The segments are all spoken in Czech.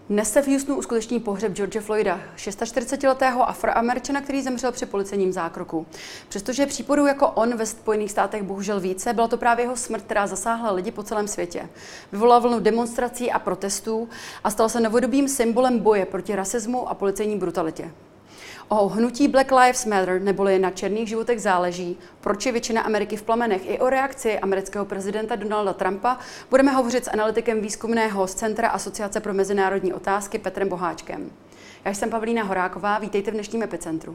Dnes se v Houstonu uskuteční pohřeb George Floyda, 46letého Afroameričana, který zemřel při policejním zákroku. Přestože případů jako on ve Spojených státech bohužel více, byla to právě jeho smrt, která zasáhla lidi po celém světě. Vyvolala vlnu demonstrací a protestů a stal se novodobým symbolem boje proti rasismu a policejní brutalitě. O hnutí Black Lives Matter, neboli na černých životech záleží, proč je většina Ameriky v plamenech, i o reakci amerického prezidenta Donalda Trumpa budeme hovořit s analytikem výzkumného centra Asociace pro mezinárodní otázky Petrem Boháčkem. Já jsem Pavlína Horáková, vítejte v dnešním Epicentru.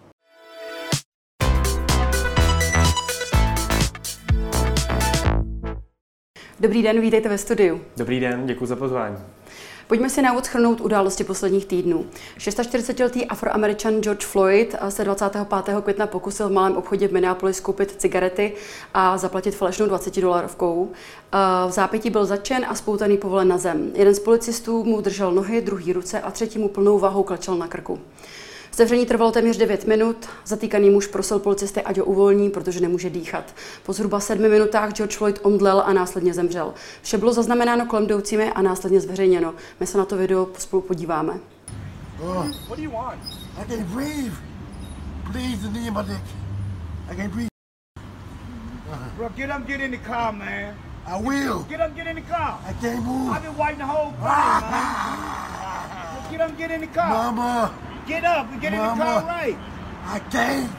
Dobrý den, vítejte ve studiu. Dobrý den, děkuji za pozvání. Pojďme si na úvod shrnout události posledních týdnů. 46letý Afroameričan George Floyd se 25. května pokusil v malém obchodě v Minneapolis koupit cigarety a zaplatit falešnou $20. V zápětí byl zatčen a spoutaný povolen na zem. Jeden z policistů mu držel nohy, druhý ruce a třetí mu plnou váhou klečel na krku. Sevření trvalo téměř 9 minut. Zatýkaný muž prosil policisty, ať ho uvolní, protože nemůže dýchat. Po zhruba 7 minutách George Floyd omdlel a následně zemřel. Vše bylo zaznamenáno kolem jdoucími a následně zveřejněno. My se na to video spolu podíváme. What do you want? I can't breathe. Please, the knee in my dick. I can't breathe. Bro, get in the car, man. I will. Get in the car. I can't move. I've been waiting the whole time, man. Get in the car. Mama. Get up and get in the car right. I can't.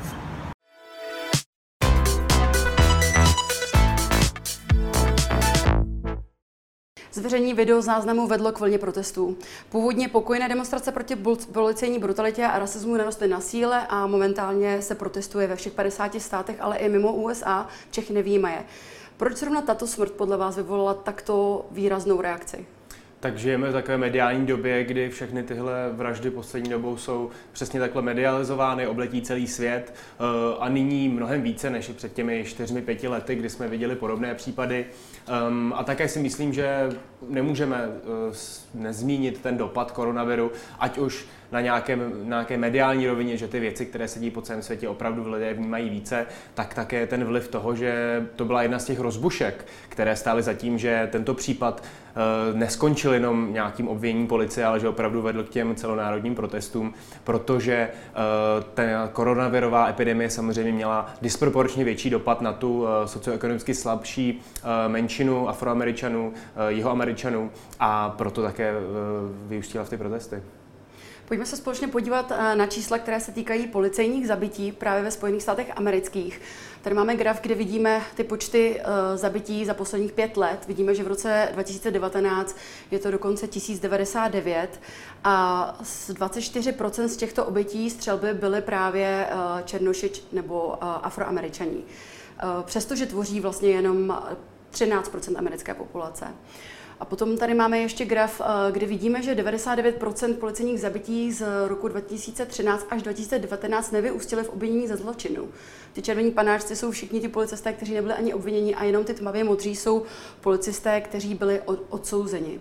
Zveřejnění video záznamu vedlo k vlně protestů. Původně pokojné demonstrace proti policejní brutalitě a rasismu narostly na síle a momentálně se protestuje ve všech 50 státech, ale i mimo USA, Čechy nevyjímaje. Proč zrovna tato smrt podle vás vyvolala takto výraznou reakci? Tak žijeme v takové mediální době, kdy všechny tyhle vraždy poslední dobou jsou přesně takhle medializovány, obletí celý svět a nyní mnohem více než i před těmi 4-5 lety, kdy jsme viděli podobné případy. A také si myslím, že nemůžeme nezmínit ten dopad koronaviru, ať už na nějaké mediální rovině, že ty věci, které se dějí po celém světě, opravdu lidé vnímají více, tak také ten vliv toho, že to byla jedna z těch rozbušek, které stály za tím, že tento případ neskončil jenom nějakým obviněním policie, ale že opravdu vedl k těm celonárodním protestům, protože ta koronavirová epidemie samozřejmě měla disproporčně větší dopad na tu socioekonomicky slabší menšinu Afroameričanů, Jihoameričanů a proto také vyústila v ty protesty. Pojďme se společně podívat na čísla, které se týkají policejních zabití právě ve Spojených státech amerických. Tady máme graf, kde vidíme ty počty zabití za posledních 5 let. Vidíme, že v roce 2019 je to dokonce 1099 a 24% z těchto obětí střelby byly právě černoši nebo Afroameričaní. Přestože tvoří vlastně jenom 13% americké populace. A potom tady máme ještě graf, kde vidíme, že 99% policejních zabití z roku 2013 až 2019 nevyústily v obvinění ze zločinu. Ty červení panáčci jsou všichni ti policisté, kteří nebyli ani obviněni, a jenom ty tmavě modří jsou policisté, kteří byli odsouzeni.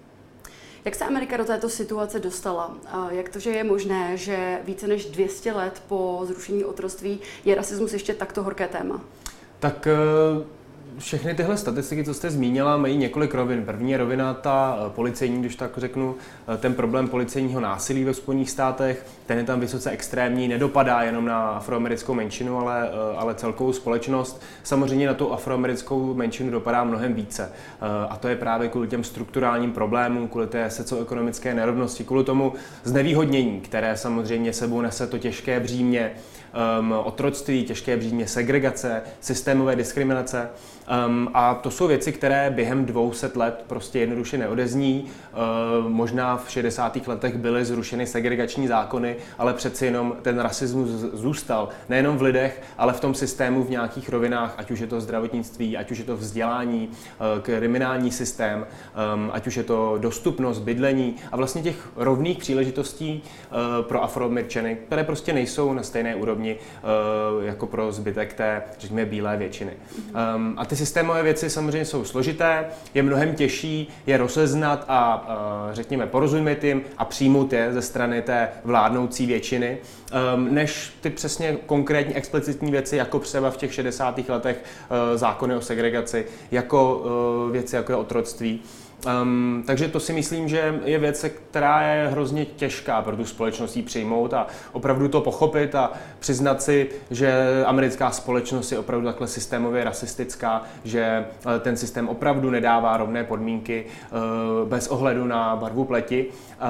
Jak se Amerika do této situace dostala? Jak to, že je možné, že více než 200 let po zrušení otroctví je rasismus ještě takto horké téma? Tak všechny tyhle statistiky, co jste zmínila, mají několik rovin. První je rovina ta policejní, když tak řeknu, ten problém policejního násilí ve Spojených státech, ten je tam vysoce extrémní, nedopadá jenom na afroamerickou menšinu, ale celkovou společnost. Samozřejmě na tu afroamerickou menšinu dopadá mnohem více. A to je právě kvůli těm strukturálním problémům, kvůli té socioekonomické nerovnosti, kvůli tomu znevýhodnění, které samozřejmě sebou nese to těžké břímě otroctví, těžké břímě segregace, systémové diskriminace. A to jsou věci, které během 200 let prostě jednoduše neodezní. Možná v 60. letech byly zrušeny segregační zákony, ale přeci jenom ten rasismus zůstal nejenom v lidech, ale v tom systému v nějakých rovinách, ať už je to zdravotnictví, ať už je to vzdělání, kriminální systém, ať už je to dostupnost, bydlení a vlastně těch rovných příležitostí pro Afroameričany, které prostě nejsou na stejné úrovni jako pro zbytek té, řekněme, bílé většiny. A ty systémové věci samozřejmě jsou složité, je mnohem těžší je rozeznat a řekněme porozumět jim a přijmout je ze strany té vládnoucí většiny, než ty přesně konkrétní explicitní věci, jako třeba v těch 60. letech zákony o segregaci, jako věci jako je otroctví. Takže to si myslím, že je věc, která je hrozně těžká pro tu společnost jí přijmout a opravdu to pochopit a přiznat si, že americká společnost je opravdu takhle systémově rasistická, že ten systém opravdu nedává rovné podmínky bez ohledu na barvu pleti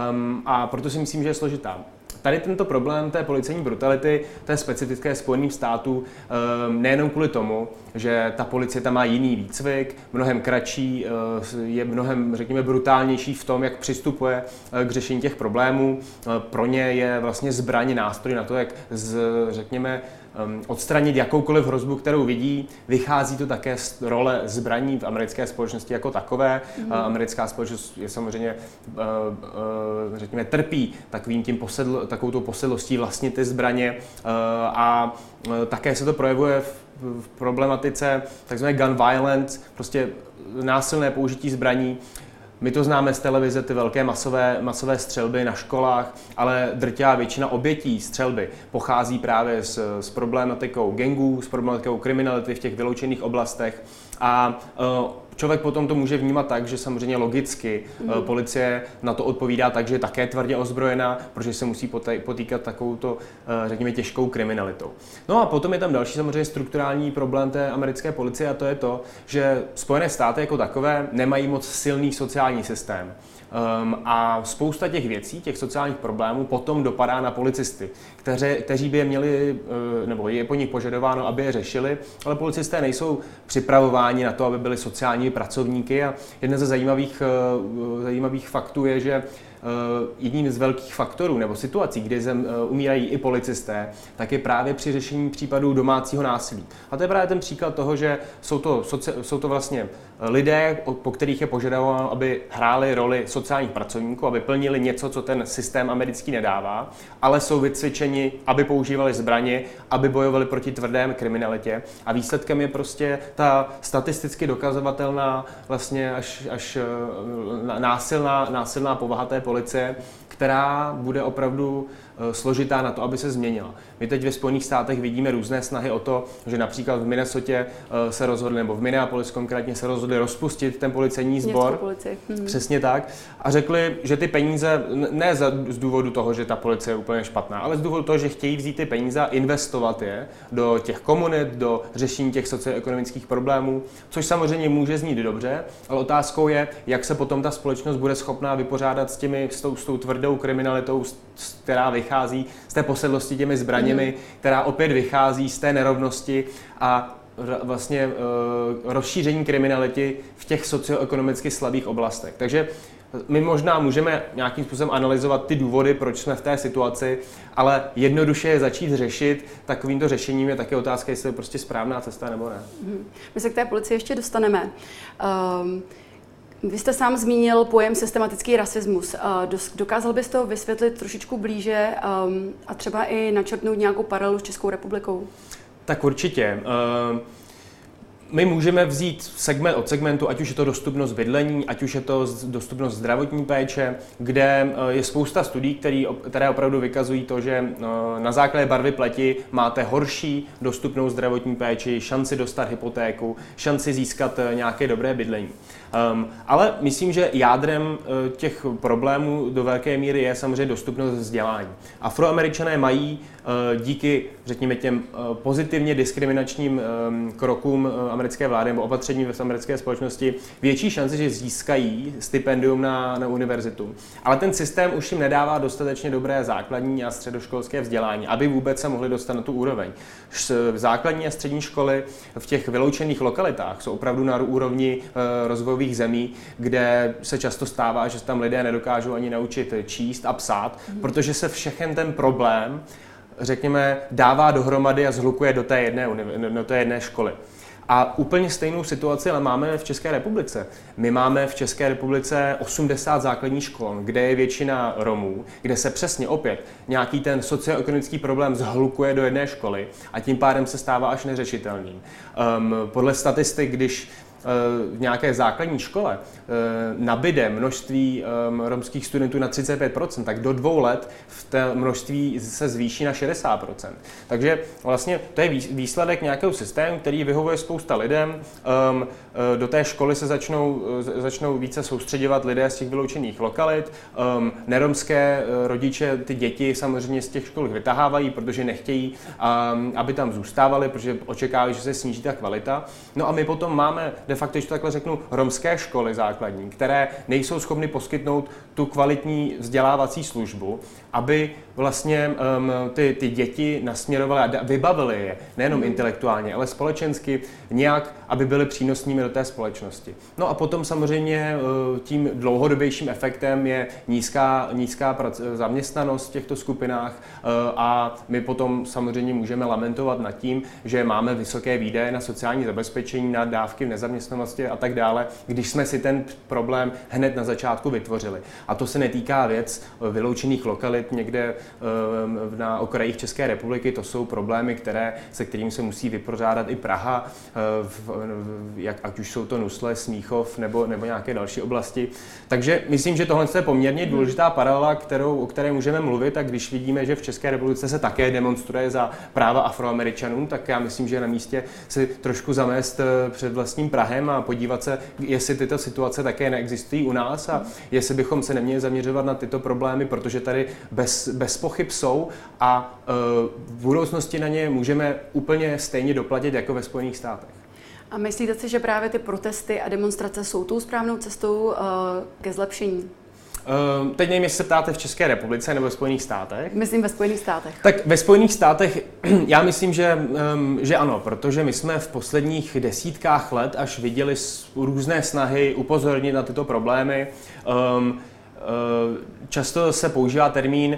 a proto si myslím, že je složitá. Tady tento problém té policejní brutality, to je specifické Spojeným státům nejenom kvůli tomu, že ta policie tam má jiný výcvik, mnohem kratší, je mnohem, řekněme, brutálnější v tom, jak přistupuje k řešení těch problémů. Pro ně je vlastně zbraň nástroj na to, jak řekněme, odstranit jakoukoliv hrozbu, kterou vidí. Vychází to také z role zbraní v americké společnosti jako takové. Americká společnost je samozřejmě, řekněme, trpí takovou posedlostí vlastně ty zbraně a také se to projevuje v problematice takzvané gun violence, prostě násilné použití zbraní. My to známe z televize, ty velké masové střelby na školách, ale drtivá většina obětí střelby pochází právě s problematikou gangů, s problematikou kriminality v těch vyloučených oblastech a člověk potom to může vnímat tak, že samozřejmě logicky policie na to odpovídá tak, že je také tvrdě ozbrojená, protože se musí potýkat takovouto, řekněme, těžkou kriminalitou. No a potom je tam další samozřejmě strukturální problém té americké policie a to je to, že Spojené státy jako takové nemají moc silný sociální systém. A spousta těch věcí, těch sociálních problémů potom dopadá na policisty, kteří by je měli, nebo je po nich požadováno, aby je řešili, ale policisté nejsou připravováni na to, aby byli sociální pracovníky a jeden ze zajímavých faktů je, že jedním z velkých faktorů nebo situací, kdy umírají i policisté, tak je právě při řešení případů domácího násilí. A to je právě ten příklad toho, že jsou to vlastně lidé, po kterých je požadováno, aby hráli roli sociálních pracovníků, aby plnili něco, co ten systém americký nedává, ale jsou vycvičeni, aby používali zbraně, aby bojovali proti tvrdé kriminalitě. A výsledkem je prostě ta statisticky dokazovatelná, vlastně až násilná povaha té policie, která bude opravdu složitá na to, aby se změnila. My teď ve Spojených státech vidíme různé snahy o to, že například v Minnesotě se rozhodli, nebo v Minneapolis konkrétně se rozhodli rozpustit ten policejní sbor. Přesně tak. A řekli, že ty peníze, ne z důvodu toho, že ta policie je úplně špatná, ale z důvodu toho, že chtějí vzít ty peníze a investovat je do těch komunit, do řešení těch socioekonomických problémů, což samozřejmě může znít dobře, ale otázkou je, jak se potom ta společnost bude schopná vypořádat s tou tvrdou kriminalitou, která vychází z té posedlosti těmi zbraněmi, která opět vychází z té nerovnosti a vlastně rozšíření kriminality v těch socioekonomicky slabých oblastech. Takže my možná můžeme nějakým způsobem analyzovat ty důvody, proč jsme v té situaci, ale jednoduše je začít řešit takovýmto řešením je také otázka, jestli je prostě správná cesta nebo ne. My se k té policii ještě dostaneme. Vy jste sám zmínil pojem systematický rasismus. Dokázal byste to vysvětlit trošičku blíže a třeba i načrtnout nějakou paralelu s Českou republikou? Tak určitě. My můžeme vzít segment od segmentu, ať už je to dostupnost bydlení, ať už je to dostupnost zdravotní péče, kde je spousta studií, které opravdu vykazují to, že na základě barvy pleti máte horší dostupnou zdravotní péči, šanci dostat hypotéku, šanci získat nějaké dobré bydlení. Ale myslím, že jádrem těch problémů do velké míry je samozřejmě dostupnost vzdělání. Afroameričané mají díky, řekněme, těm pozitivně diskriminačním krokům americké vlády nebo opatření v americké společnosti větší šanci, že získají stipendium na univerzitu. Ale ten systém už jim nedává dostatečně dobré základní a středoškolské vzdělání, aby vůbec se mohli dostat na tu úroveň. Základní a střední školy v těch vyloučených lokalitách jsou opravdu na úrovni rozvojových zemí, kde se často stává, že tam lidé nedokážou ani naučit číst a psát, protože se všechen ten problém, řekněme, dává dohromady a zhlukuje do té jedné školy. A úplně stejnou situaci ale máme v České republice. My máme v České republice 80 základních škol, kde je většina Romů, kde se přesně opět nějaký ten socioekonomický problém zhlukuje do jedné školy a tím pádem se stává až neřešitelným. Podle statistik, když v nějaké základní škole nabyde množství romských studentů na 35%, tak do 2 let v té množství se zvýší na 60%. Takže vlastně to je výsledek nějakého systému, který vyhovuje spousta lidem. Do té školy se začnou více soustředěvat lidé z těch vyloučených lokalit. Neromské rodiče ty děti samozřejmě z těch škol vytahávají, protože nechtějí, aby tam zůstávali, protože očekávají, že se sníží ta kvalita. No a my potom máme de facto, když to takhle řeknu, romské školy základní, které nejsou schopny poskytnout tu kvalitní vzdělávací službu, aby vlastně ty děti nasměrovaly a vybavily je nejenom intelektuálně, ale společensky nějak, aby byly přínosnými do té společnosti. No a potom samozřejmě tím dlouhodobějším efektem je nízká zaměstnanost v těchto skupinách a my potom samozřejmě můžeme lamentovat nad tím, že máme vysoké výdaje na sociální zabezpečení, na dávky v nezaměstnanosti a tak dále, když jsme si ten problém hned na začátku vytvořili. A to se netýká věc vyloučených lokalit někde na okrajích České republiky, to jsou problémy, se kterým se musí vypořádat i Praha, ať už jsou to Nusle, Smíchov nebo nějaké další oblasti. Takže myslím, že tohle je poměrně důležitá paralela, o které můžeme mluvit, a když vidíme, že v České republice se také demonstruje za práva Afroameričanů, tak já myslím, že je na místě si trošku zamést před vlastním prahem a podívat se, jestli tyto situace také neexistují u nás a jestli bychom se neměli zaměřovat na tyto problémy, protože tady bez pochyb jsou a v budoucnosti na ně můžeme úplně stejně doplatit jako ve Spojených státech. A myslíte si, že právě ty protesty a demonstrace jsou tou správnou cestou ke zlepšení? Teď nevím, jestli se ptáte v České republice nebo ve Spojených státech. Myslím ve Spojených státech. Tak ve Spojených státech já myslím, že ano, protože my jsme v posledních desítkách let až viděli různé snahy upozornit na tyto problémy. Často se používá termín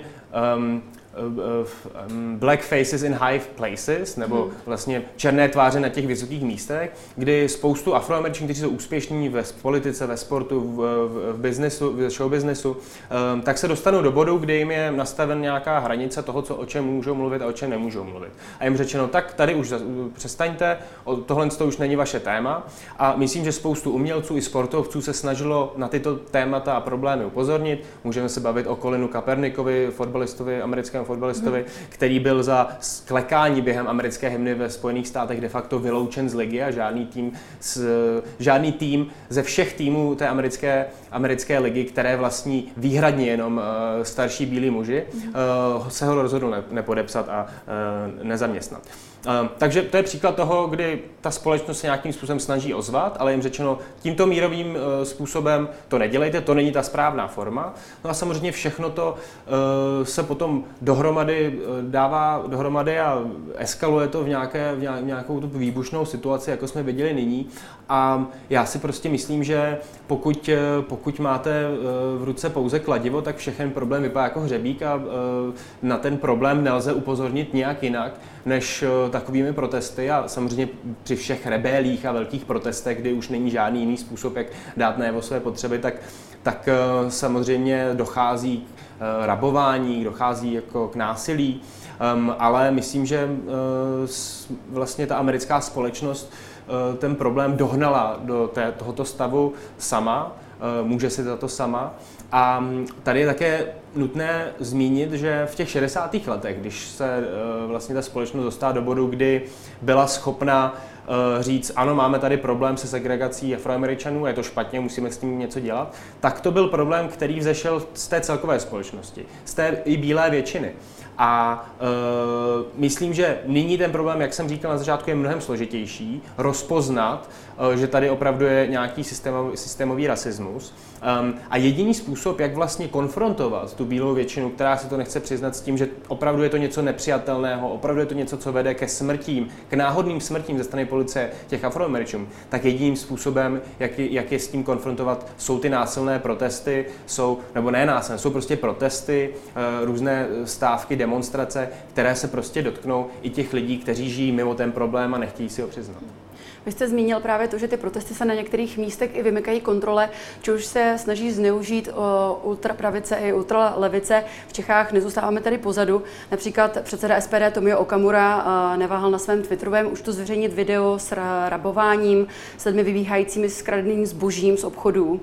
black faces in high places, nebo vlastně černé tváře na těch vysokých místech, kdy spoustu Afroameričanů, kteří jsou úspěšní ve politice, ve sportu, v biznesu, v showbiznesu, tak se dostanou do bodu, kdy jim je nastaven nějaká hranice toho, o čem můžou mluvit a o čem nemůžou mluvit. A jim řečeno, tak tady už přestaňte, tohle to už není vaše téma. A myslím, že spoustu umělců i sportovců se snažilo na tyto témata a problémy upozornit. Můžeme se bavit o Colinu Kaepernickovi, americkém fotbalistovi, který byl za sklekání během americké hymny ve Spojených státech de facto vyloučen z ligy a žádný tým ze všech týmů té americké ligy, které vlastní výhradně jenom starší bílí muži, se ho rozhodl nepodepsat a nezaměstnat. Takže to je příklad toho, kdy ta společnost se nějakým způsobem snaží ozvat, ale jim řečeno, tímto mírovým způsobem to nedělejte, to není ta správná forma. No a samozřejmě všechno to se potom dává dohromady a eskaluje to v nějakou tu výbušnou situaci, jako jsme viděli nyní. A já si prostě myslím, že pokud máte v ruce pouze kladivo, tak všechen problém vypadá jako hřebík a na ten problém nelze upozornit nějak jinak, než takovými protesty a samozřejmě při všech rebélích a velkých protestech, kdy už není žádný jiný způsob, jak dát najevo své potřeby, tak samozřejmě dochází k rabování, dochází jako k násilí, ale myslím, že vlastně ta americká společnost ten problém dohnala do tohoto stavu sama, může si za to sama. A tady je také nutné zmínit, že v těch 60. letech, když se vlastně ta společnost dostala do bodu, kdy byla schopna říct, ano, máme tady problém se segregací Afroameričanů, je to špatně, musíme s tím něco dělat, tak to byl problém, který vzešel z té celkové společnosti, z té i bílé většiny. A myslím, že nyní ten problém, jak jsem říkal na začátku, je mnohem složitější rozpoznat, že tady opravdu je nějaký systémový rasismus. A jediný způsob, jak vlastně konfrontovat tu bílou většinu, která si to nechce přiznat s tím, že opravdu je to něco nepřijatelného, opravdu je to něco, co vede ke smrtím, k náhodným smrtím ze strany policie těch Afroameričanů, tak jediným způsobem, jak je s tím konfrontovat, jsou ty násilné protesty, nebo ne násilné, jsou prostě protesty, různé stávky, demonstrace, které se prostě dotknou i těch lidí, kteří žijí mimo ten problém a nechtějí si ho přiznat. Vy jste zmínil právě to, že ty protesty se na některých místech i vymykají kontrole, či už se snaží zneužít ultrapravice i ultralevice. V Čechách nezůstáváme tady pozadu. Například předseda SPD Tomio Okamura neváhal na svém Twitterovém účtu zveřejnit video s rabováním, s lidmi vybíhajícími s kradeným zbožím z obchodů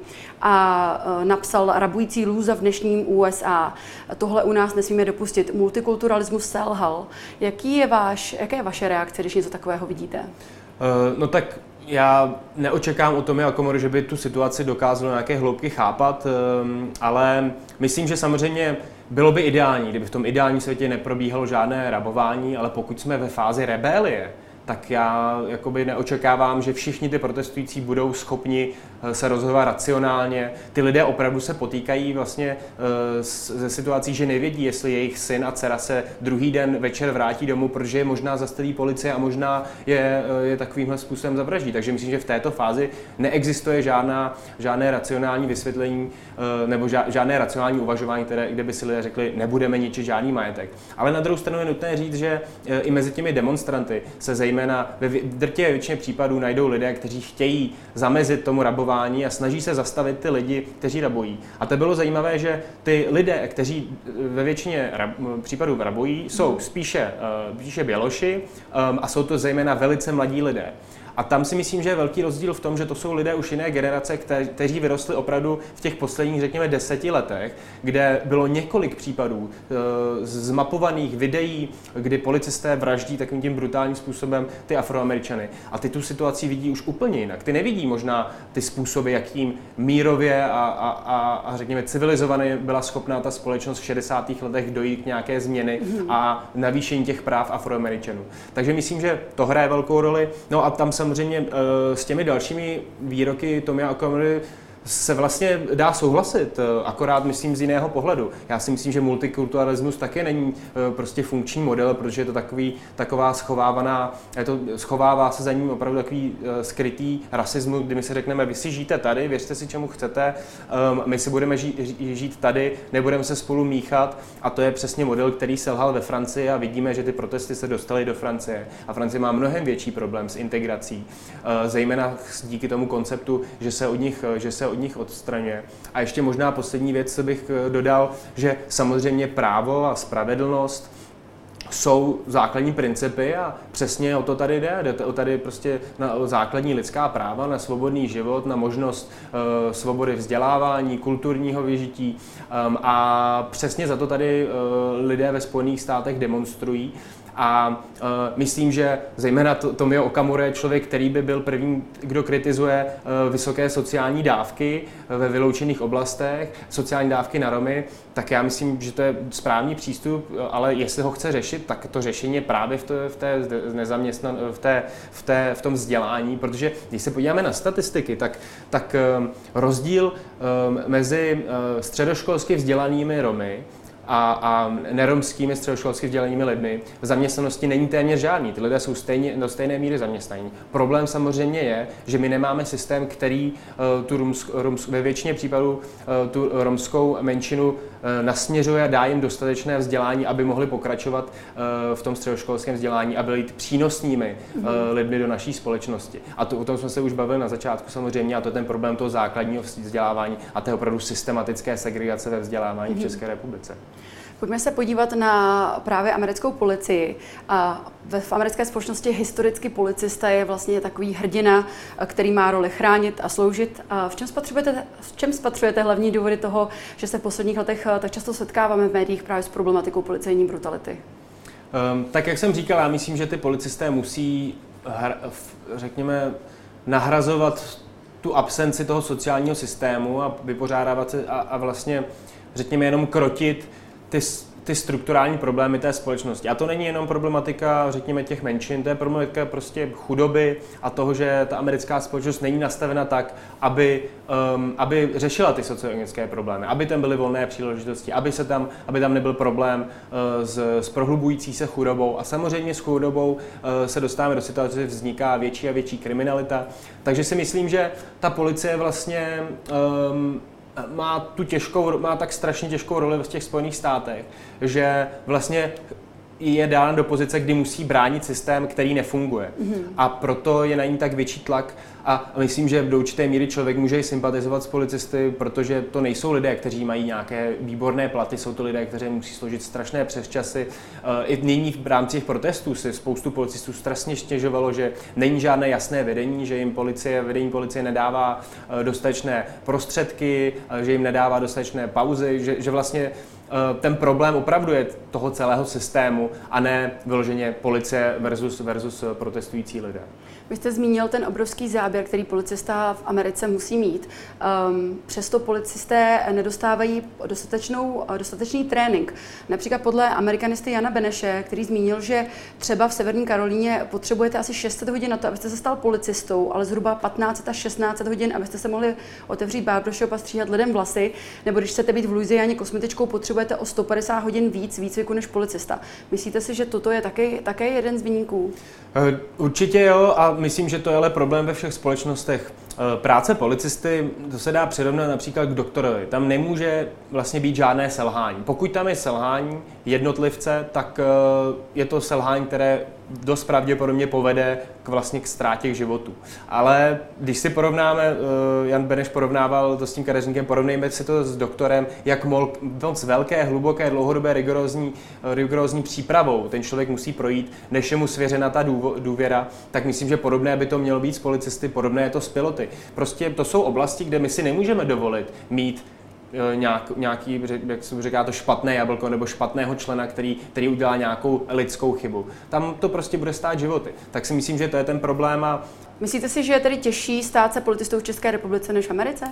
a napsal rabující lůza v dnešním USA. Tohle u nás nesmíme dopustit. Multikulturalismus selhal. Jaké je vaše reakce, když něco takového vidíte? No tak já neočekám od Tomia Okamury, že by tu situaci dokázal nějaké hloubky chápat, ale myslím, že samozřejmě bylo by ideální, kdyby v tom ideálním světě neprobíhalo žádné rabování, ale pokud jsme ve fázi rebelie, tak já jakoby neočekávám, že všichni ty protestující budou schopni se rozhodovat racionálně. Ty lidé opravdu se potýkají vlastně ze situací, že nevědí, jestli jejich syn a dcera se druhý den večer vrátí domů, protože je možná zastaví policie a možná je takovýmhle způsobem zavraždí. Takže myslím, že v této fázi neexistuje žádné racionální vysvětlení nebo žádné racionální uvažování, kde by si lidé řekli, nebudeme ničit žádný majetek. Ale na druhou stranu je nutné říct, že i mezi těmi demonstranty se zejména ve drtivé většině případů najdou lidé, kteří chtějí zamezit tomu rabování a snaží se zastavit ty lidi, kteří rabují. A to bylo zajímavé, že ty lidé, kteří ve většině případů rabují, jsou spíše běloši a jsou to zejména velice mladí lidé. A tam si myslím, že je velký rozdíl v tom, že to jsou lidé už jiné generace, kteří vyrostli opravdu v těch posledních, řekněme, 10 letech, kde bylo několik případů zmapovaných videí, kdy policisté vraždí takovým tím brutálním způsobem ty Afroameričany. A ty tu situaci vidí už úplně jinak. Ty nevidí možná ty způsoby, jakým mírově a řekněme civilizovaně byla schopná ta společnost v 60. letech dojít k nějaké změny a navýšení těch práv Afroameričanů. Takže myslím, že to hraje velkou roli. No a tam samozřejmě s těmi dalšími výroky Tomia Okamury se vlastně dá souhlasit, akorát myslím z jiného pohledu. Já si myslím, že multikulturalismus také není prostě funkční model, protože je to taková schovává se za ním opravdu takový skrytý rasismus, kdy my si řekneme, vy si žijete tady, věřte si, čemu chcete, my si budeme žít tady, nebudeme se spolu míchat a to je přesně model, který selhal ve Francii a vidíme, že ty protesty se dostaly do Francie a Francie má mnohem větší problém s integrací, zejména díky tomu konceptu, že se od nich odstraňuje. A ještě možná poslední věc, co bych dodal, že samozřejmě právo a spravedlnost jsou základní principy a přesně o to tady jde. Jde o tady prostě na základní lidská práva, na svobodný život, na možnost svobody vzdělávání, kulturního vyžití a přesně za to tady lidé ve Spojených státech demonstrují. A myslím, že zejména Tomio Okamura je člověk, který by byl první, kdo kritizuje vysoké sociální dávky ve vyloučených oblastech, sociální dávky na Romy, tak já myslím, že to je správný přístup, ale jestli ho chce řešit, tak to řešení je právě v tom vzdělání, protože když se podíváme na statistiky, tak rozdíl mezi středoškolsky vzdělanými Romy a neromskými středoškolsky vzdělanými lidmi v zaměstnanosti není téměř žádný. Ty lidé jsou do stejné míry zaměstnaní. Problém samozřejmě je, že my nemáme systém, který ve většině případů tu romskou menšinu nasměřuje a dá jim dostatečné vzdělání, aby mohli pokračovat v tom středoškolském vzdělání a byli přínosnými lidmi do naší společnosti. A o tom jsme se už bavili na začátku samozřejmě, a to je ten problém toho základního vzdělávání a té opravdu systematické segregace ve vzdělávání v České republice. Pojďme se podívat na právě americkou policii. V americké společnosti historicky policista je vlastně takový hrdina, který má roli chránit a sloužit. V čem spatřujete hlavní důvody toho, že se v posledních letech tak často setkáváme v médiích právě s problematikou policejní brutality? Tak jak jsem říkal, já myslím, že ty policisté musí, řekněme, nahrazovat tu absenci toho sociálního systému a vypořádávat se a vlastně, řekněme, jenom krotit ty strukturální problémy té společnosti. A to není jenom problematika, řekněme, těch menšin, to je problematika prostě chudoby a toho, že ta americká společnost není nastavena tak, aby řešila ty socioekonomické problémy, aby tam byly volné příležitosti, aby tam nebyl problém s prohlubující se chudobou. A samozřejmě s chudobou se dostáváme do situace, že vzniká větší a větší kriminalita. Takže si myslím, že ta policie vlastně má tak strašně těžkou roli v těch Spojených státech, že vlastně je dán do pozice, kdy musí bránit systém, který nefunguje. A proto je na ní tak větší tlak a myslím, že do určité míry člověk může i sympatizovat s policisty, protože to nejsou lidé, kteří mají nějaké výborné platy, jsou to lidé, kteří musí složit strašné přesčasy. I nyní v rámci těch protestů si spoustu policistů strašně stěžovalo, že není žádné jasné vedení, že jim vedení policie nedává dostatečné prostředky, že jim nedává dostatečné pauzy, že vlastně ten problém opravdu je toho celého systému a ne vyloženě policie versus protestující lidé. Vy jste zmínil ten obrovský záběr, který policista v Americe musí mít. Přesto policisté nedostávají dostatečný trénink. Například podle amerikanisty Jana Beneše, který zmínil, že třeba v Severní Karolíně potřebujete asi 600 hodin na to, abyste se stal policistou, ale zhruba 15 až 16 hodin, abyste se mohli otevřít barbershop a stříhat lidem vlasy, nebo když chcete být v Louisianě kosmetičkou, potřebujete o 150 hodin víc výcviku než policista. Myslíte si, že toto je také jeden z viníků? Určitě jo, a myslím, že to je ale problém ve všech společnostech. Práce policisty, to se dá přirovnat například k doktorovi. Tam nemůže vlastně být žádné selhání. Pokud tam je selhání jednotlivce, tak je to selhání, které dost pravděpodobně povede k ztrátě životů. Ale když si porovnáme, Jan Beneš porovnával to s tím kadeřníkem, porovnejme si to s doktorem, jak moc velké, hluboké, dlouhodobé, rigorózní přípravou ten člověk musí projít, než je mu svěřena ta důvěra, tak myslím, že podobné by to mělo být s policisty, podobné je to s piloty. Prostě to jsou oblasti, kde my si nemůžeme dovolit mít nějaký, jak se říká, to špatné jablko nebo špatného člena, který udělá nějakou lidskou chybu. Tam to prostě bude stát životy. Tak si myslím, že to je ten problém. A myslíte si, že je tedy těžší stát se policistou v České republice než v Americe?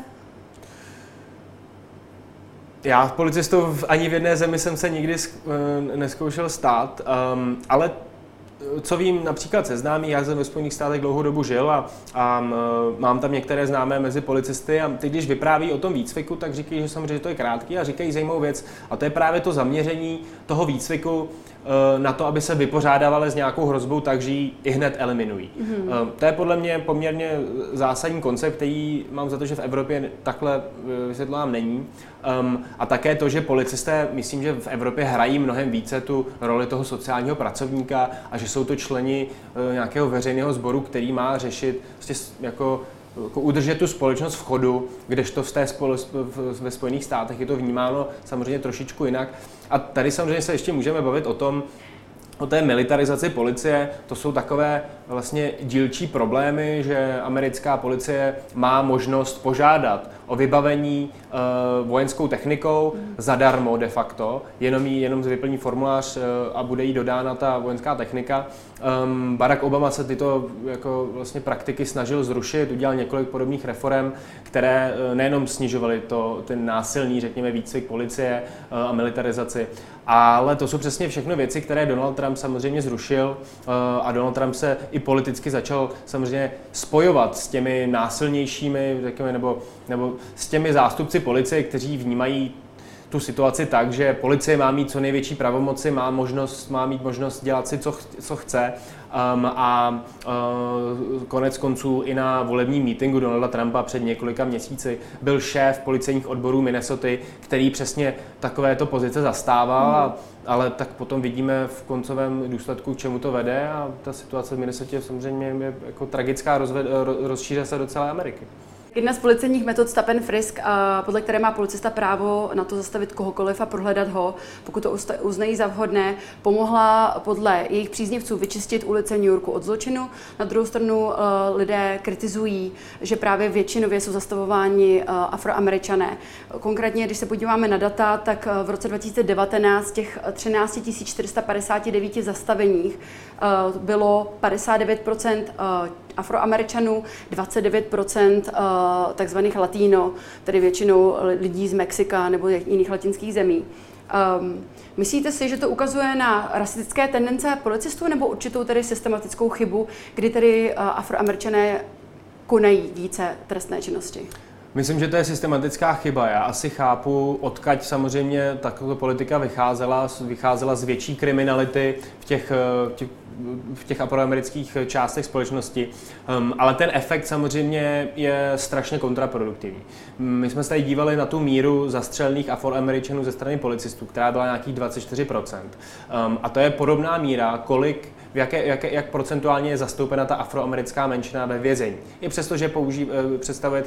Já policistou ani v jedné zemi jsem se nikdy neskoušel stát, ale co vím například se známí, já jsem ve Spojených státech dlouhou dobu žil a mám tam některé známé mezi policisty a teď, když vypráví o tom výcviku, tak říkají, že samozřejmě to je krátký a říkají zajímavou věc a to je právě to zaměření toho výcviku na to, aby se vypořádávali s nějakou hrozbou, takže ji i hned eliminují. To je podle mě poměrně zásadní koncept, který mám za to, že v Evropě takhle vysvětlován není. A také to, že policisté, myslím, že v Evropě hrají mnohem více tu roli toho sociálního pracovníka a že jsou to členi nějakého veřejného sboru, který má řešit jako udržet tu společnost v chodu, kdežto ve Spojených státech je to vnímáno samozřejmě trošičku jinak. A tady samozřejmě se ještě můžeme bavit o té militarizaci policie. To jsou takové vlastně dílčí problémy, že americká policie má možnost požádat o vybavení vojenskou technikou zadarmo de facto, jenom vyplní formulář a bude jí dodána ta vojenská technika. Barack Obama se tyto jako vlastně praktiky snažil zrušit, udělal několik podobných reforem, které nejenom snižovaly ten násilný, řekněme, výcvik policie a militarizaci, ale to jsou přesně všechno věci, které Donald Trump samozřejmě zrušil a Donald Trump se i politicky začal samozřejmě spojovat s těmi násilnějšími, řekněme, nebo s těmi zástupci policie, kteří vnímají tu situaci tak, že policie má mít co největší pravomoci, má mít možnost dělat si, co chce. Konec konců i na volebním mítingu Donalda Trumpa před několika měsíci byl šéf policejních odborů Minnesoty, který přesně takovéto pozice zastával, ale tak potom vidíme v koncovém důsledku, k čemu to vede a ta situace v Minnesotě samozřejmě je jako tragická, rozšíří se do celé Ameriky. Jedna z policejních metod stop and frisk, podle které má policista právo na to zastavit kohokoliv a prohledat ho, pokud to uznají za vhodné, pomohla podle jejich příznivců vyčistit ulice New Yorku od zločinu. Na druhou stranu lidé kritizují, že právě většinově jsou zastavováni Afroameričané. Konkrétně, když se podíváme na data, tak v roce 2019 těch 13 459 zastaveních bylo 59% Afroameričanů, 29% takzvaných latino, tedy většinou lidí z Mexika nebo jiných latinských zemí. Myslíte si, že to ukazuje na rasistické tendence policistů nebo určitou tedy systematickou chybu, kdy tedy Afroameričané konají více trestné činnosti? Myslím, že to je systematická chyba. Já asi chápu, odkud samozřejmě taková politika vycházela z větší kriminality v těch afroamerických částech společnosti, ale ten efekt samozřejmě je strašně kontraproduktivní. My jsme se tady dívali na tu míru zastřelených Afroameričanů ze strany policistů, která byla nějakých 24%. A to je podobná míra, jak procentuálně je zastoupena ta afroamerická menšina ve vězení. I přesto, že představuje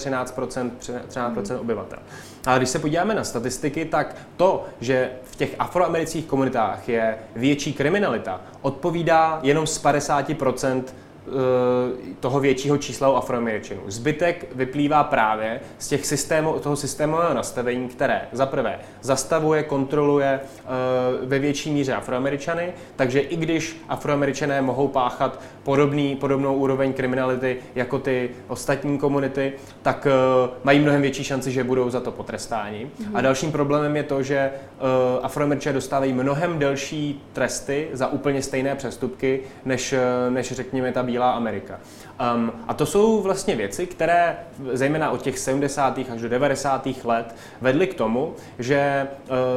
13% obyvatel. Ale když se podíváme na statistiky, tak to, že v těch afroamerických komunitách je větší kriminalita, odpovídá jenom z 50% toho většího čísla u Afroameričanů. Zbytek vyplývá právě z toho systémového nastavení, které zaprvé zastavuje, kontroluje ve větší míře Afroameričany, takže i když Afroameričané mohou páchat podobnou úroveň kriminality jako ty ostatní komunity, tak mají mnohem větší šanci, že budou za to potrestáni. A dalším problémem je to, že Afroameričané dostávají mnohem delší tresty za úplně stejné přestupky, než řekněme ta Bílá Amerika. A to jsou vlastně věci, které zejména od těch 70. až do 90. let vedly k tomu, že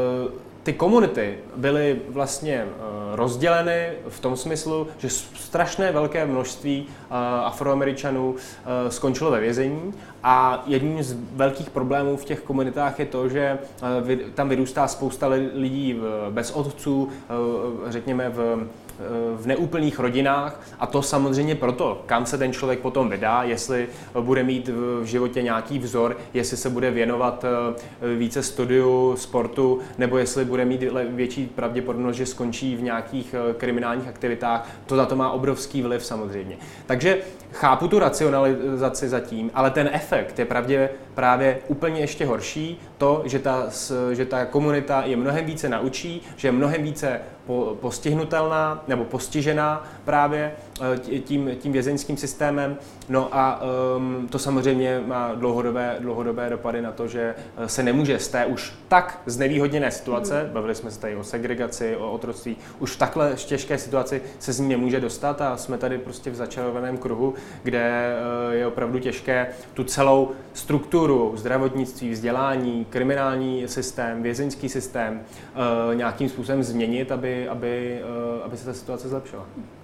ty komunity byly vlastně rozděleny v tom smyslu, že strašné velké množství Afroameričanů skončilo ve vězení a jedním z velkých problémů v těch komunitách je to, že tam vyrůstá spousta lidí bez otců, řekněme v neúplných rodinách a to samozřejmě proto, kam se ten člověk potom vydá, jestli bude mít v životě nějaký vzor, jestli se bude věnovat více studiu, sportu, nebo jestli bude mít větší pravděpodobnost, že skončí v nějakých kriminálních aktivitách, to na to má obrovský vliv samozřejmě. Takže chápu tu racionalizaci zatím, ale ten efekt je právě úplně ještě horší, to, že ta komunita je mnohem více naučí, že je mnohem více postihnutelná nebo postižená právě tím vězeňským systémem. No a to samozřejmě má dlouhodobé dopady na to, že se nemůže z té už tak znevýhodněné situace, bavili jsme se tady o segregaci, o otroctví, už v takhle těžké situaci se z ní nemůže dostat a jsme tady prostě v začarovaném kruhu, kde je opravdu těžké tu celou strukturu zdravotnictví, vzdělání, kriminální systém, vězeňský systém nějakým způsobem změnit, aby se ta situace zlepšila.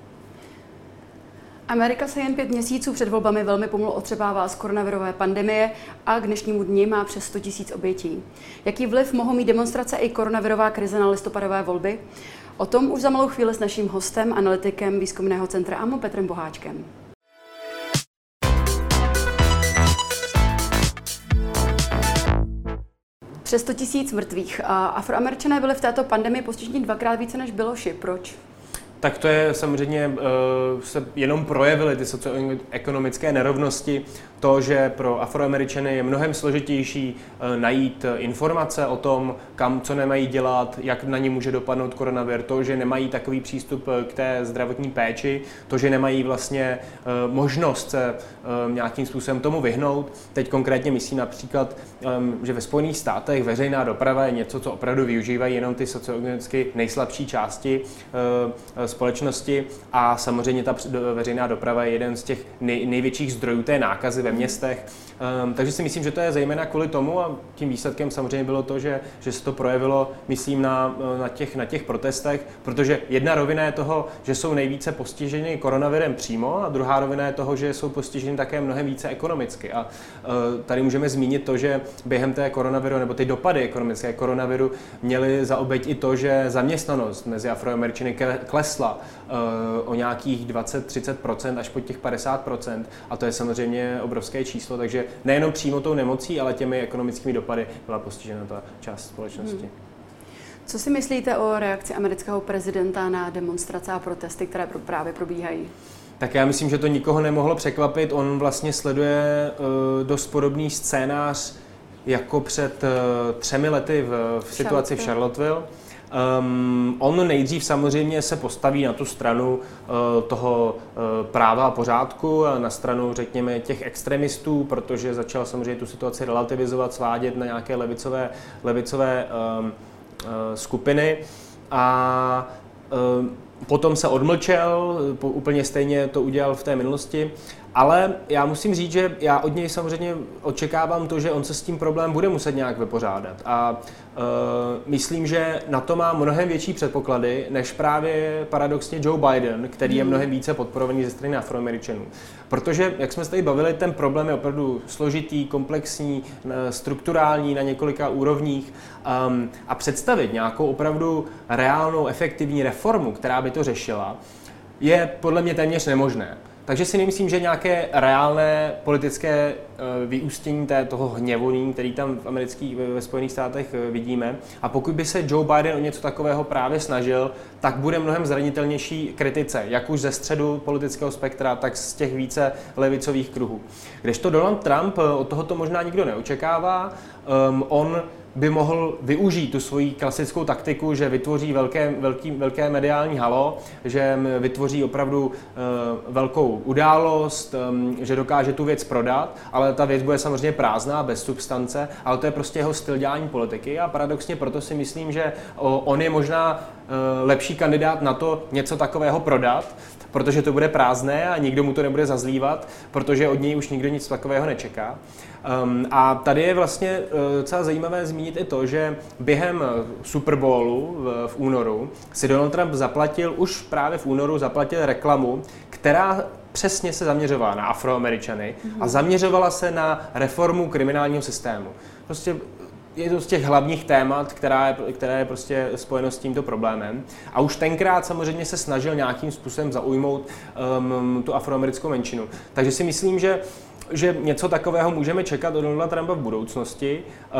Amerika se jen 5 měsíců před volbami velmi pomalu otřebává z koronavirové pandemie a k dnešnímu dni má přes 100 000 obětí. Jaký vliv mohou mít demonstrace i koronavirová krize na listopadové volby? O tom už za malou chvíli s naším hostem, analytikem výzkumného centra AMO Petrem Boháčkem. Přes 100 000 mrtvých. Afroameričané byli v této pandemii postiženi 2krát více než Běloši. Proč? Tak to je samozřejmě, se jenom projevily ty socioekonomické nerovnosti, to, že pro Afroameričany je mnohem složitější najít informace o tom, co nemají dělat, jak na ně může dopadnout koronavir, to, že nemají takový přístup k té zdravotní péči, to, že nemají vlastně možnost se nějakým způsobem tomu vyhnout. Teď konkrétně myslím například, že ve Spojených státech veřejná doprava je něco, co opravdu využívají jenom ty socioekonomicky nejslabší části společnosti a samozřejmě ta veřejná doprava je jeden z těch největších zdrojů té nákazy ve městech. Takže si myslím, že to je zejména kvůli tomu a tím výsledkem samozřejmě bylo to, že se to projevilo, myslím, na těch protestech, protože jedna rovina je toho, že jsou nejvíce postiženi koronavirem přímo a druhá rovina je toho, že jsou postiženi také mnohem více ekonomicky. A tady můžeme zmínit to, že během té koronaviru nebo ty dopady ekonomické koronaviru měly za oběť i to, že zaměstnanost mezi Afroameričany klesla o nějakých 20-30% až po těch 50% a to je samozřejmě obrovské číslo, takže nejenom přímo tou nemocí, ale těmi ekonomickými dopady byla postižena ta část společnosti. Co si myslíte o reakci amerického prezidenta na demonstrace a protesty, které právě probíhají? Tak já myslím, že to nikoho nemohlo překvapit. On vlastně sleduje dost podobný scénář jako před 3 lety v situaci v Charlottesville. On nejdřív samozřejmě se postaví na tu stranu toho práva a pořádku a na stranu, řekněme, těch extremistů, protože začal samozřejmě tu situaci relativizovat, svádět na nějaké levicové skupiny a Potom se odmlčel, úplně stejně to udělal v té minulosti, ale já musím říct, že já od něj samozřejmě očekávám to, že on se s tím problémem bude muset nějak vypořádat a myslím, že na to má mnohem větší předpoklady, než právě paradoxně Joe Biden, který je mnohem více podporovaný ze strany Afroameričanů. Protože, jak jsme se tady bavili, ten problém je opravdu složitý, komplexní, strukturální na několika úrovních a představit nějakou opravdu reálnou, efektivní reformu, která by to řešila, je podle mě téměř nemožné. Takže si nemyslím, že nějaké reálné politické vyústění toho hněvu, který tam ve Spojených státech vidíme. A pokud by se Joe Biden o něco takového právě snažil, tak bude mnohem zranitelnější kritice, jak už ze středu politického spektra, tak z těch více levicových kruhů. Kdežto Donald Trump, od tohoto možná nikdo neočekává, on by mohl využít tu svoji klasickou taktiku, že vytvoří velké mediální halo, že vytvoří opravdu velkou událost, že dokáže tu věc prodat, ale ta věc bude samozřejmě prázdná, bez substance, ale to je prostě jeho styl dělání politiky a paradoxně proto si myslím, že on je možná lepší kandidát na to něco takového prodat, protože to bude prázdné a nikdo mu to nebude zazlívat, protože od něj už nikdo nic takového nečeká. A tady je vlastně docela zajímavé zmínit i to, že během Super Bowlu v únoru si Donald Trump už právě v únoru zaplatil reklamu, která přesně se zaměřovala na Afroameričany a zaměřovala se na reformu kriminálního systému. Prostě je to z těch hlavních témat, která je prostě spojeno s tímto problémem. A už tenkrát samozřejmě se snažil nějakým způsobem zaujmout tu afroamerickou menšinu. Takže si myslím, že něco takového můžeme čekat od Donalda Trumpa v budoucnosti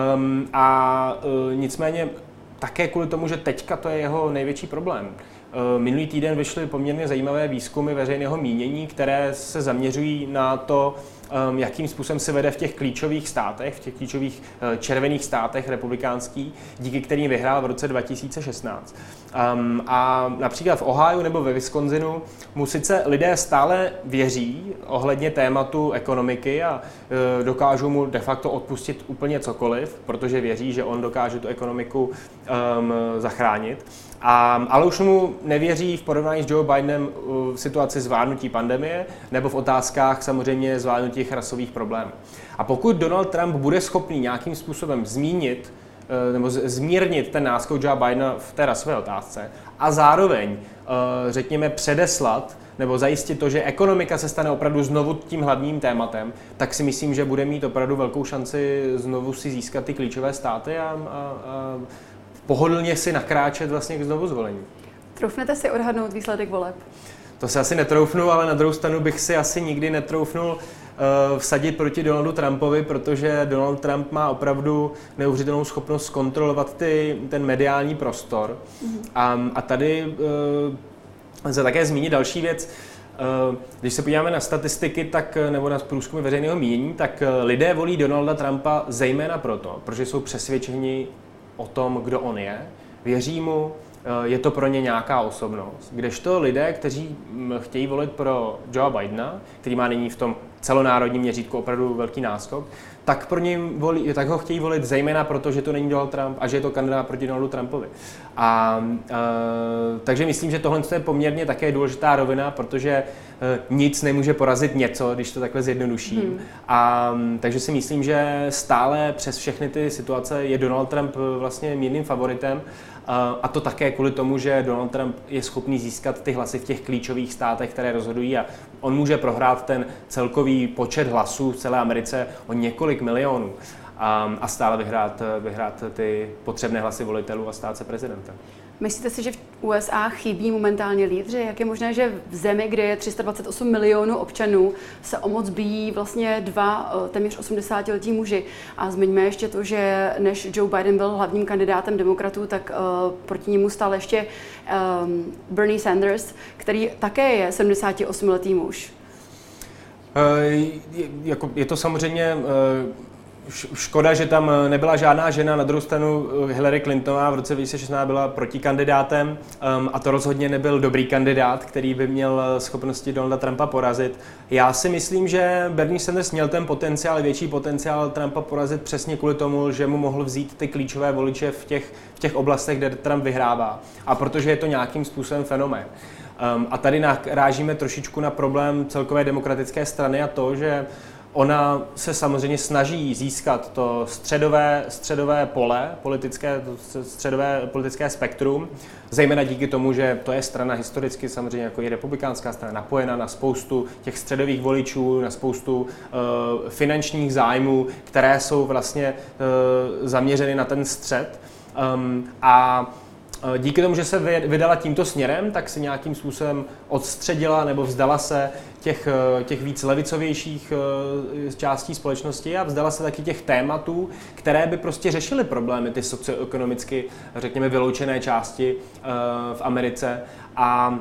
nicméně také kvůli tomu, že teďka to je jeho největší problém. Minulý týden vyšly poměrně zajímavé výzkumy veřejného mínění, které se zaměřují na to, jakým způsobem se vede v těch klíčových státech, v těch klíčových červených státech republikánských, díky kterým vyhrál v roce 2016. A například v Ohio nebo ve Wisconsinu mu sice lidé stále věří ohledně tématu ekonomiky a dokážou mu de facto odpustit úplně cokoliv, protože věří, že on dokáže tu ekonomiku zachránit. Ale už mu nevěří v porovnání s Joe Bidenem v situaci zvládnutí pandemie nebo v otázkách samozřejmě zvládnutí rasových problémů. A pokud Donald Trump bude schopný nějakým způsobem zmírnit ten náskok Joe Bidena v té rasové otázce a zároveň, řekněme, předeslat nebo zajistit to, že ekonomika se stane opravdu znovu tím hlavním tématem, tak si myslím, že bude mít opravdu velkou šanci znovu si získat ty klíčové státy a pohodlně si nakráčet vlastně k znovu zvolení. Troufnete si odhadnout výsledek voleb? To se asi netroufnu, ale na druhou stranu bych si asi nikdy netroufnul vsadit proti Donaldu Trumpovi, protože Donald Trump má opravdu neuvěřitelnou schopnost zkontrolovat ten mediální prostor. A tady se také zmínit další věc. Když se podíváme na statistiky nebo na průzkumy veřejného mínění, tak lidé volí Donalda Trumpa zejména proto, protože jsou přesvědčeni o tom, kdo on je, věří mu, je to pro ně nějaká osobnost. Kdežto lidé, kteří chtějí volit pro Joea Bidena, který má nyní v tom celonárodním měřítku opravdu velký náskok, tak ho chtějí volit zejména proto, že to není Donald Trump a že je to kandidát proti Donaldu Trumpovi. Takže myslím, že tohle je poměrně také důležitá rovina, protože nic nemůže porazit něco, když to takhle zjednoduším. Takže si myslím, že stále přes všechny ty situace je Donald Trump vlastně mírným favoritem. A to také kvůli tomu, že Donald Trump je schopný získat ty hlasy v těch klíčových státech, které rozhodují a on může prohrát ten celkový počet hlasů v celé Americe o několik milionů a stále vyhrát ty potřebné hlasy volitelů a stát se prezidentem. Myslíte si, že v USA chybí momentálně lídři? Jak je možné, že v zemi, kde je 328 milionů občanů, se o moc bijí vlastně dva téměř 80letí muži? A zmiňme ještě to, že než Joe Biden byl hlavním kandidátem demokratů, tak proti němu stál ještě Bernie Sanders, který také je 78letý muž. Je to samozřejmě Škoda, že tam nebyla žádná žena, na druhou stranu Hillary Clintonová v roce 2016 byla protikandidátem a to rozhodně nebyl dobrý kandidát, který by měl schopnosti Donalda Trumpa porazit. Já si myslím, že Bernie Sanders měl ten potenciál, větší potenciál Trumpa porazit přesně kvůli tomu, že mu mohl vzít ty klíčové voliče v těch oblastech, kde Trump vyhrává. A protože je to nějakým způsobem fenomén. A tady narážíme trošičku na problém celkové demokratické strany a to, že ona se samozřejmě snaží získat to středové pole, středové politické spektrum, zejména díky tomu, že to je strana historicky samozřejmě jako i republikánská strana napojena na spoustu těch středových voličů, na spoustu finančních zájmů, které jsou vlastně zaměřeny na ten střed. A díky tomu, že se vydala tímto směrem, tak se nějakým způsobem odstředila nebo vzdala se těch víc levicovějších částí společnosti a vzdala se taky těch tématů, které by prostě řešily problémy, ty socioekonomicky, řekněme, vyloučené části v Americe. A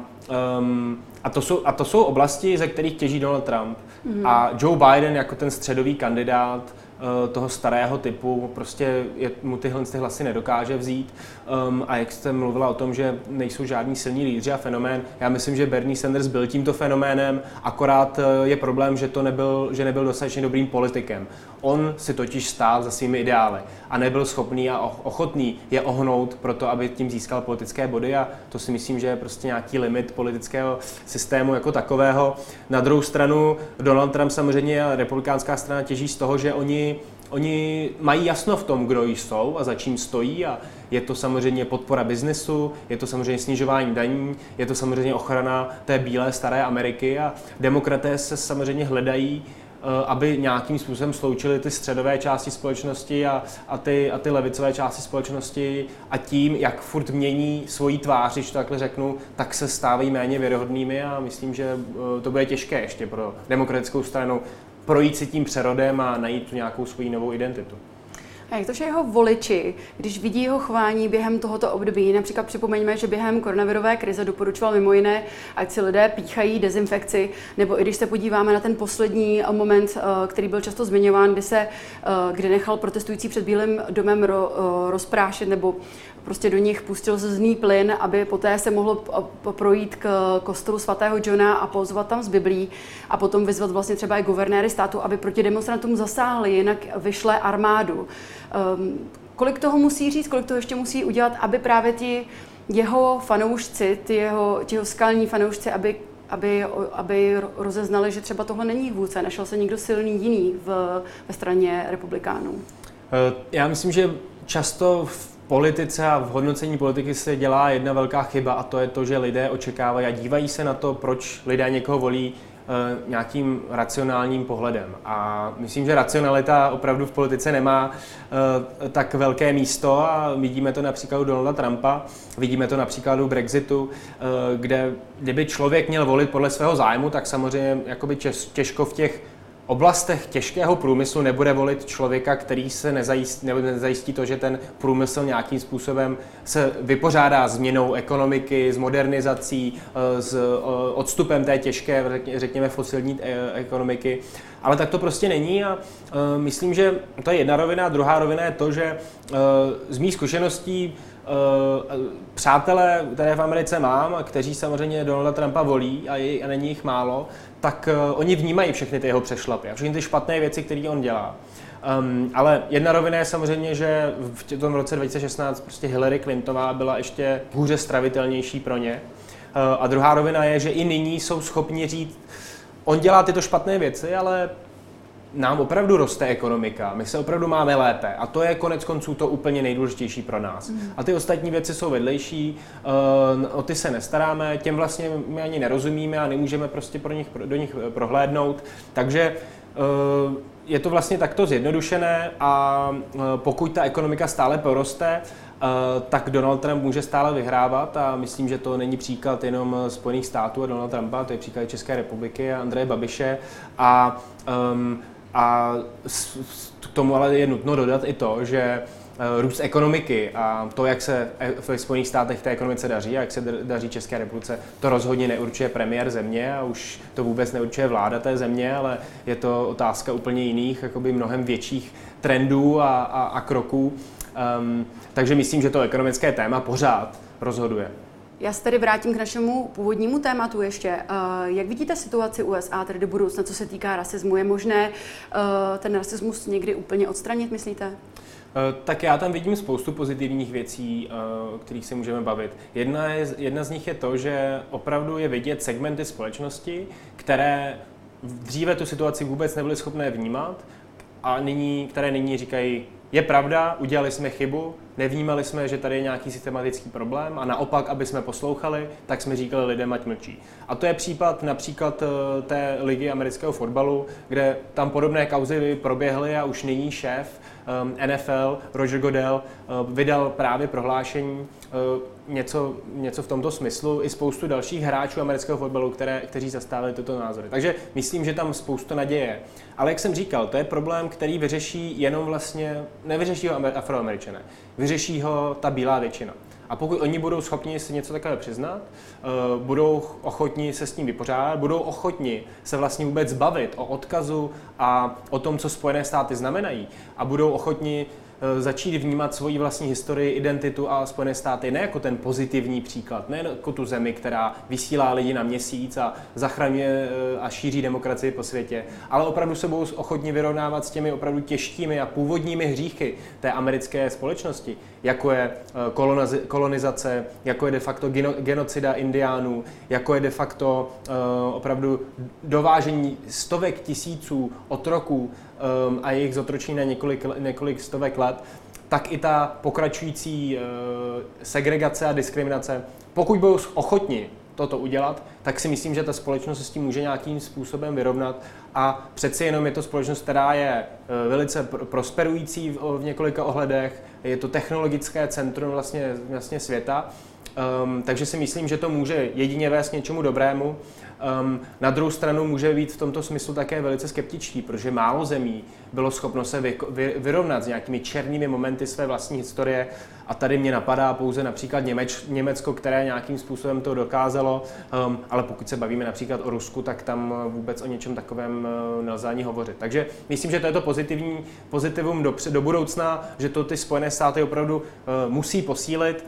to jsou oblasti, ze kterých těží Donald Trump. A Joe Biden jako ten středový kandidát toho starého typu, prostě mu ty hlasy nedokáže vzít. A jak jste mluvila o tom, že nejsou žádní silní lídři a fenomén, já myslím, že Bernie Sanders byl tímto fenoménem, akorát je problém, že nebyl dostatečně dobrým politikem. On si totiž stál za svými ideály a nebyl schopný a ochotný je ohnout proto, aby tím získal politické body a to si myslím, že je prostě nějaký limit politického systému jako takového. Na druhou stranu Donald Trump samozřejmě a republikánská strana těží z toho, že oni mají jasno v tom, kdo jsou a za čím stojí a je to samozřejmě podpora biznesu, je to samozřejmě snižování daní, je to samozřejmě ochrana té bílé staré Ameriky a demokraté se samozřejmě hledají, aby nějakým způsobem sloučili ty středové části společnosti a ty levicové části společnosti a tím, jak furt mění svoji tvář, když to takhle řeknu, tak se stávají méně věrohodnými a myslím, že to bude těžké ještě pro demokratickou stranu projít si tím přerodem a najít tu nějakou svoji novou identitu. A jak to, že jeho voliči, když vidí jeho chování během tohoto období, například připomeňme, že během koronavirové krize doporučoval mimo jiné, ať si lidé píchají dezinfekci, nebo i když se podíváme na ten poslední moment, který byl často zmiňován, kdy nechal protestující před Bílým domem rozprášit nebo prostě do nich pustil zlý plyn, aby poté se mohlo projít k kostelu svatého Johna a pozvat tam z Biblí a potom vyzvat vlastně třeba i guvernéry státu, aby proti demonstrantům zasáhli, jinak vyšle armádu. Kolik toho musí říct, kolik toho ještě musí udělat, aby právě ti jeho fanoušci, ti jeho skalní fanoušci, aby rozeznali, že třeba tohle není vůdce, našel se někdo silný jiný ve straně republikánů? Já myslím, že často v politice a v hodnocení politiky se dělá jedna velká chyba a to je to, že lidé očekávají a dívají se na to, proč lidé někoho volí nějakým racionálním pohledem. A myslím, že racionalita opravdu v politice nemá tak velké místo a vidíme to na příkladu Donalda Trumpa, vidíme to na příkladu Brexitu, kdyby člověk měl volit podle svého zájmu, tak samozřejmě jakoby těžko v těch oblastech těžkého průmyslu nebude volit člověka, který se nezajistí to, že ten průmysl nějakým způsobem se vypořádá s změnou ekonomiky, s modernizací, s odstupem té těžké, řekněme, fosilní ekonomiky. Ale tak to prostě není a myslím, že to je jedna rovina. Druhá rovina je to, že z mých zkušeností přátelé, které v Americe mám a kteří samozřejmě Donalda Trumpa volí a není jich málo, tak oni vnímají všechny ty jeho přešlapy a všechny ty špatné věci, které on dělá. Ale jedna rovina je samozřejmě, že v tom roce 2016 prostě Hillary Clintonová byla ještě hůře stravitelnější pro ně. A druhá rovina je, že i nyní jsou schopni říct, on dělá tyto špatné věci, ale nám opravdu roste ekonomika, my se opravdu máme lépe a to je konec konců to úplně nejdůležitější pro nás. A ty ostatní věci jsou vedlejší, o ty se nestaráme, těm vlastně my ani nerozumíme a nemůžeme prostě do nich prohlédnout, takže je to vlastně takto zjednodušené a pokud ta ekonomika stále poroste, tak Donald Trump může stále vyhrávat a myslím, že to není příklad jenom Spojených států a Donalda Trumpa, to je příklad České republiky a Andreje Babiše a k tomu ale je nutno dodat i to, že růst ekonomiky a to, jak se ve Spojených státech té ekonomice daří a jak se daří České republice, to rozhodně neurčuje premiér země a už to vůbec neurčuje vláda té země, ale je to otázka úplně jiných, jakoby mnohem větších trendů a kroků. Takže myslím, že to ekonomické téma pořád rozhoduje. Já se tedy vrátím k našemu původnímu tématu ještě. Jak vidíte situaci USA tedy do budoucna, co se týká rasismu? Je možné ten rasismus někdy úplně odstranit, myslíte? Tak já tam vidím spoustu pozitivních věcí, o kterých se můžeme bavit. Jedna z nich je to, že opravdu je vidět segmenty společnosti, které dříve tu situaci vůbec nebyly schopné vnímat a které nyní říkají, je pravda, udělali jsme chybu, nevnímali jsme, že tady je nějaký systematický problém a naopak, aby jsme poslouchali, tak jsme říkali lidem, ať mlčí. A to je případ například té ligy amerického fotbalu, kde tam podobné kauzy proběhly a už nyní šéf NFL Roger Goodell vydal právě prohlášení, něco v tomto smyslu, i spoustu dalších hráčů amerického fotbalu, kteří zastávali tyto názory. Takže myslím, že tam spoustu naděje. Ale jak jsem říkal, to je problém, který nevyřeší ho Afroameričané, vyřeší ho ta bílá většina. A pokud oni budou schopni si něco takové přiznat, budou ochotni se s tím vypořádat, budou ochotni se vlastně vůbec bavit o odkazu a o tom, co Spojené státy znamenají, a budou ochotni začít vnímat svoji vlastní historii, identitu a Spojené státy ne jako ten pozitivní příklad, ne jako tu zemi, která vysílá lidi na měsíc a zachraňuje a šíří demokracii po světě, ale opravdu se budou ochotni vyrovnávat s těmi opravdu těžkými a původními hříchy té americké společnosti, jako je kolonizace, jako je de facto genocida indiánů, jako je de facto opravdu dovážení stovek tisíců otroků a jejich zotročení na několik stovek let, tak i ta pokračující segregace a diskriminace. Pokud budou ochotni toto udělat, tak si myslím, že ta společnost se s tím může nějakým způsobem vyrovnat a přeci jenom je to společnost, která je velice prosperující v několika ohledech, je to technologické centrum vlastně světa, takže si myslím, že to může jedině vést k něčemu dobrému. Na druhou stranu může být v tomto smyslu také velice skeptičtí, protože málo zemí bylo schopno se vyrovnat s nějakými černými momenty své vlastní historie a tady mě napadá pouze například Německo, které nějakým způsobem to dokázalo, ale pokud se bavíme například o Rusku, tak tam vůbec o něčem takovém nelze ani hovořit. Takže myslím, že to je to pozitivum do budoucna, že to ty Spojené státy opravdu musí posílit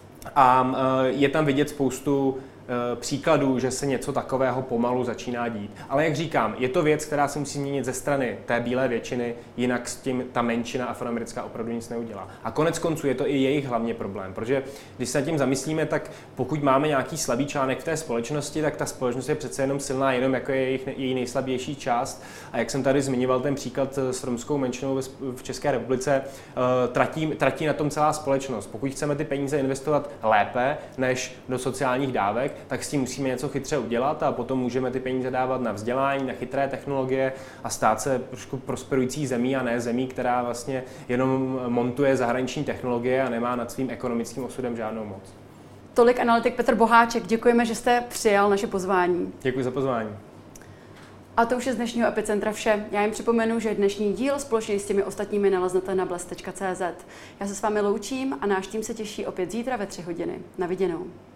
a je tam vidět spoustu příkladů, že se něco takového pomalu začíná dít. Ale jak říkám, je to věc, která se musí změnit ze strany té bílé většiny, jinak s tím ta menšina afroamerická opravdu nic neudělá. A konec konců je to i jejich hlavně problém, protože když se nad tím zamyslíme, tak pokud máme nějaký slabý článek v té společnosti, tak ta společnost je přece jenom silná jenom jako je její nejslabější část. A jak jsem tady zmiňoval ten příklad s romskou menšinou v České republice, tratí na tom celá společnost. Pokud chceme ty peníze investovat lépe než do sociálních dávek, tak s tím musíme něco chytře udělat a potom můžeme ty peníze dávat na vzdělání, na chytré technologie a stát se trošku prosperující zemí a ne zemí, která vlastně jenom montuje zahraniční technologie a nemá nad svým ekonomickým osudem žádnou moc. Tolik analytik Petr Boháček. Děkujeme, že jste přijal naše pozvání. Děkuji za pozvání. A to už je z dnešního Epicentra vše. Já jim připomenu, že dnešní díl společně s těmi ostatními naleznete na blesk.cz. Já se s vámi loučím a náš tým se těší opět zítra ve 3 hodiny. Na viděnou.